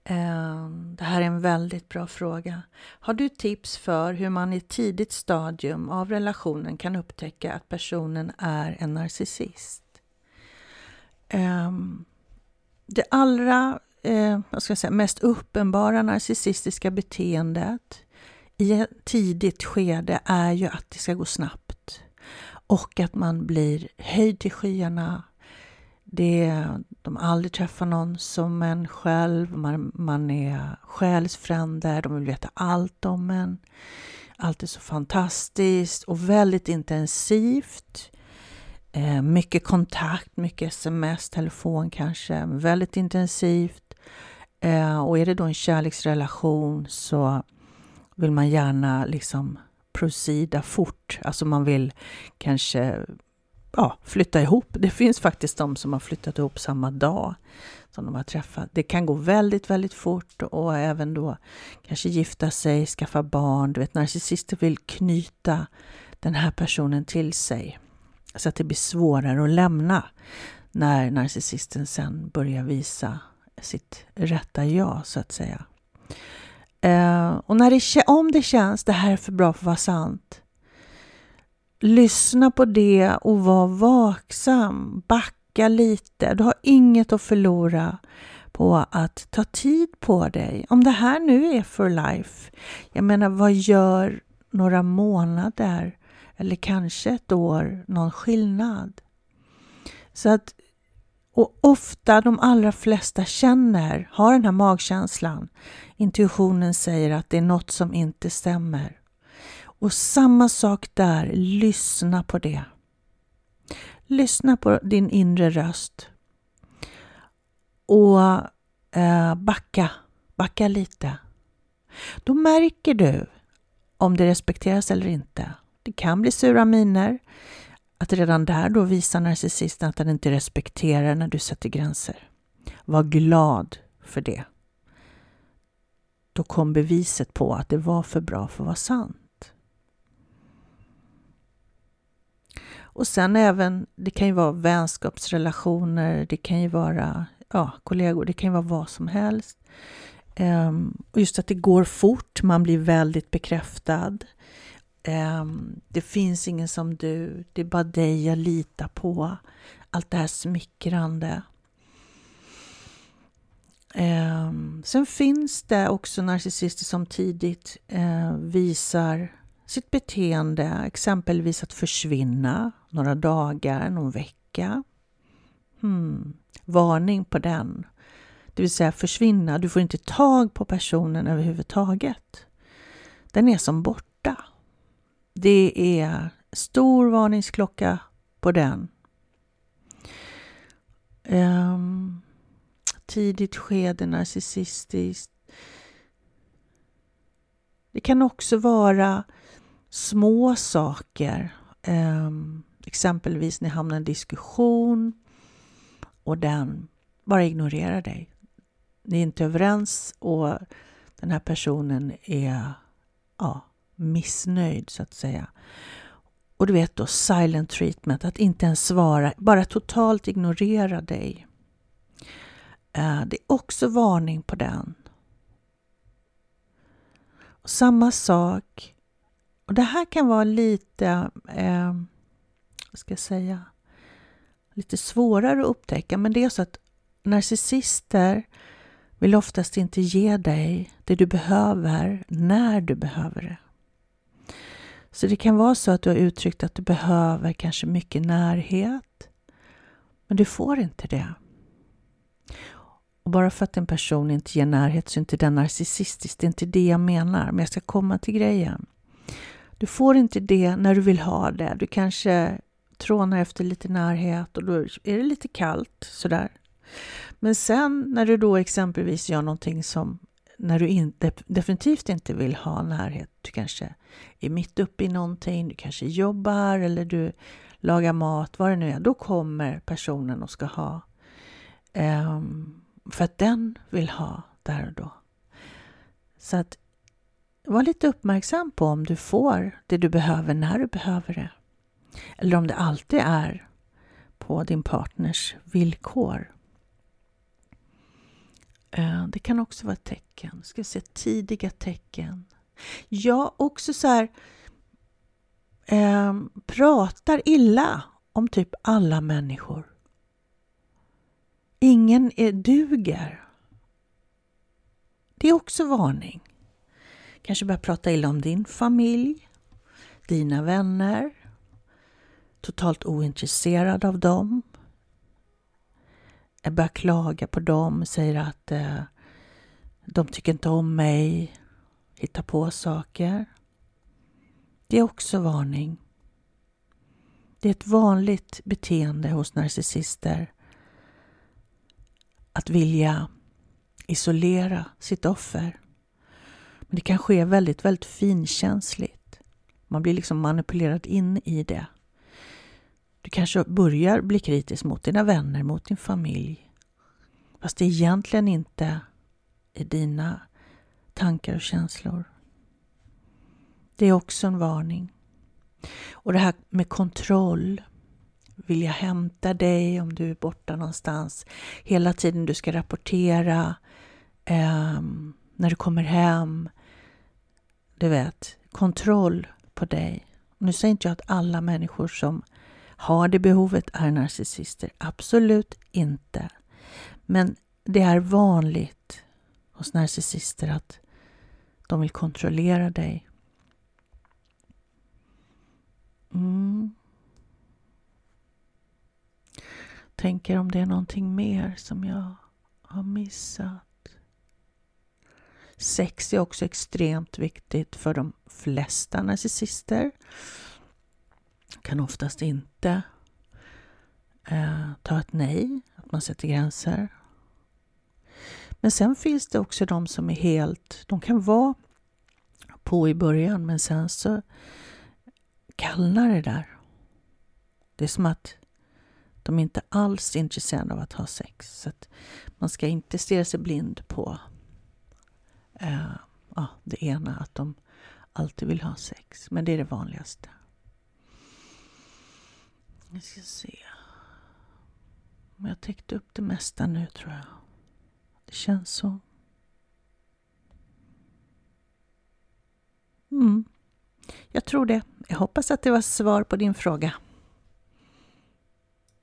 Det här är en väldigt bra fråga. Har du tips för hur man i ett tidigt stadium av relationen kan upptäcka att personen är en narcissist? Det allra mest uppenbara narcissistiska beteendet i ett tidigt skede är ju att det ska gå snabbt. Och att man blir höjd till skyarna. De aldrig träffar någon som en själv. Man är själsfränder. De vill veta allt om en. Allt är så fantastiskt och väldigt intensivt. Mycket kontakt, mycket sms, telefon kanske. Väldigt intensivt. Och är det då en kärleksrelation så vill man gärna liksom proceda fort. Alltså man vill kanske flytta ihop. Det finns faktiskt de som har flyttat ihop samma dag som de har träffat. Det kan gå väldigt, väldigt fort och även då kanske gifta sig, skaffa barn. Du vet, narcissister vill knyta den här personen till sig så att det blir svårare att lämna när narcissisten sen börjar visa sitt rätta jag så att säga. Och om det känns det här är för bra för att vara sant, lyssna på det och var vaksam. Backa lite. Du har inget att förlora på att ta tid på dig. Om det här nu är for life. Jag menar, vad gör några månader eller kanske ett år någon skillnad? Så att, och ofta de allra flesta har den här magkänslan. Intuitionen säger att det är något som inte stämmer. Och samma sak där, lyssna på det. Lyssna på din inre röst. Och backa lite. Då märker du om det respekteras eller inte. Det kan bli sura miner. Att redan där då visar narcissisten att han inte respekterar när du sätter gränser. Var glad för det. Då kom beviset på att det var för bra för att vara sant. Och sen även, det kan ju vara vänskapsrelationer, det kan ju vara kollegor, det kan ju vara vad som helst. Och just att det går fort, man blir väldigt bekräftad. Det finns ingen som du, det är bara dig jag litar på. Allt det här smickrande. Sen finns det också narcissister som tidigt visar sitt beteende, exempelvis att försvinna några dagar, någon vecka. Varning på den. Det vill säga försvinna, du får inte tag på personen överhuvudtaget. Den är som borta. Det är stor varningsklocka på den. Tidigt skede narcissistiskt. Det kan också vara små saker. Exempelvis när ni hamnar i en diskussion och den bara ignorerar dig. Ni är inte överens och den här personen är missnöjd så att säga. Och du vet då silent treatment, att inte ens svara, bara totalt ignorera dig. Det är också varning på den. Och samma sak, och det här kan vara lite, lite svårare att upptäcka, men det är så att narcissister vill oftast inte ge dig det du behöver när du behöver det. Så det kan vara så att du har uttryckt att du behöver kanske mycket närhet, men du får inte det. Och bara för att en person inte ger närhet så är inte den narcissistisk. Det är inte det jag menar, men jag ska komma till grejen. Du får inte det när du vill ha det. Du kanske trånar efter lite närhet och då är det lite kallt sådär. Men sen när du då exempelvis gör någonting som när du definitivt inte vill ha närhet. Du kanske är mitt uppe i någonting, du kanske jobbar eller du lagar mat, vad det nu är. Då kommer personen och ska ha för att den vill ha där och då. Så att var lite uppmärksam på om du får det du behöver när du behöver det. Eller om det alltid är på din partners villkor. Det kan också vara ett tecken. Ska se tidiga tecken. Ja, också så här pratar illa om typ alla människor. Ingen duger. Det är också varning. Kanske börja prata illa om din familj, dina vänner. Totalt ointresserad av dem. Jag börjar klaga på dem, säger att de tycker inte om mig, hittar på saker. Det är också varning. Det är ett vanligt beteende hos narcissister att vilja isolera sitt offer. Men det kan ske väldigt, väldigt finkänsligt. Man blir liksom manipulerad in i det. Du kanske börjar bli kritisk mot dina vänner, mot din familj. Fast det egentligen inte är dina tankar och känslor. Det är också en varning. Och det här med kontroll. Vill jag hämta dig om du är borta någonstans? Hela tiden du ska rapportera när du kommer hem. Du vet, kontroll på dig. Nu säger inte jag att alla människor som har det behovet är narcissister. Absolut inte. Men det är vanligt hos narcissister att de vill kontrollera dig. Tänker om det är någonting mer som jag har missat. Sex är också extremt viktigt för de flesta narcissister. Kan oftast inte ta ett nej, att man sätter gränser. Men sen finns det också de som är de kan vara på i början, men sen så kallnar det där. Det är som att de inte alls är intresserade av att ha sex. Så att man ska inte stirra sig blind på det ena, att de alltid vill ha sex. Men det är det vanligaste. Jag ska se. Om jag täckt upp det mesta nu, tror jag. Det känns så. Jag tror det. Jag hoppas att det var svar på din fråga.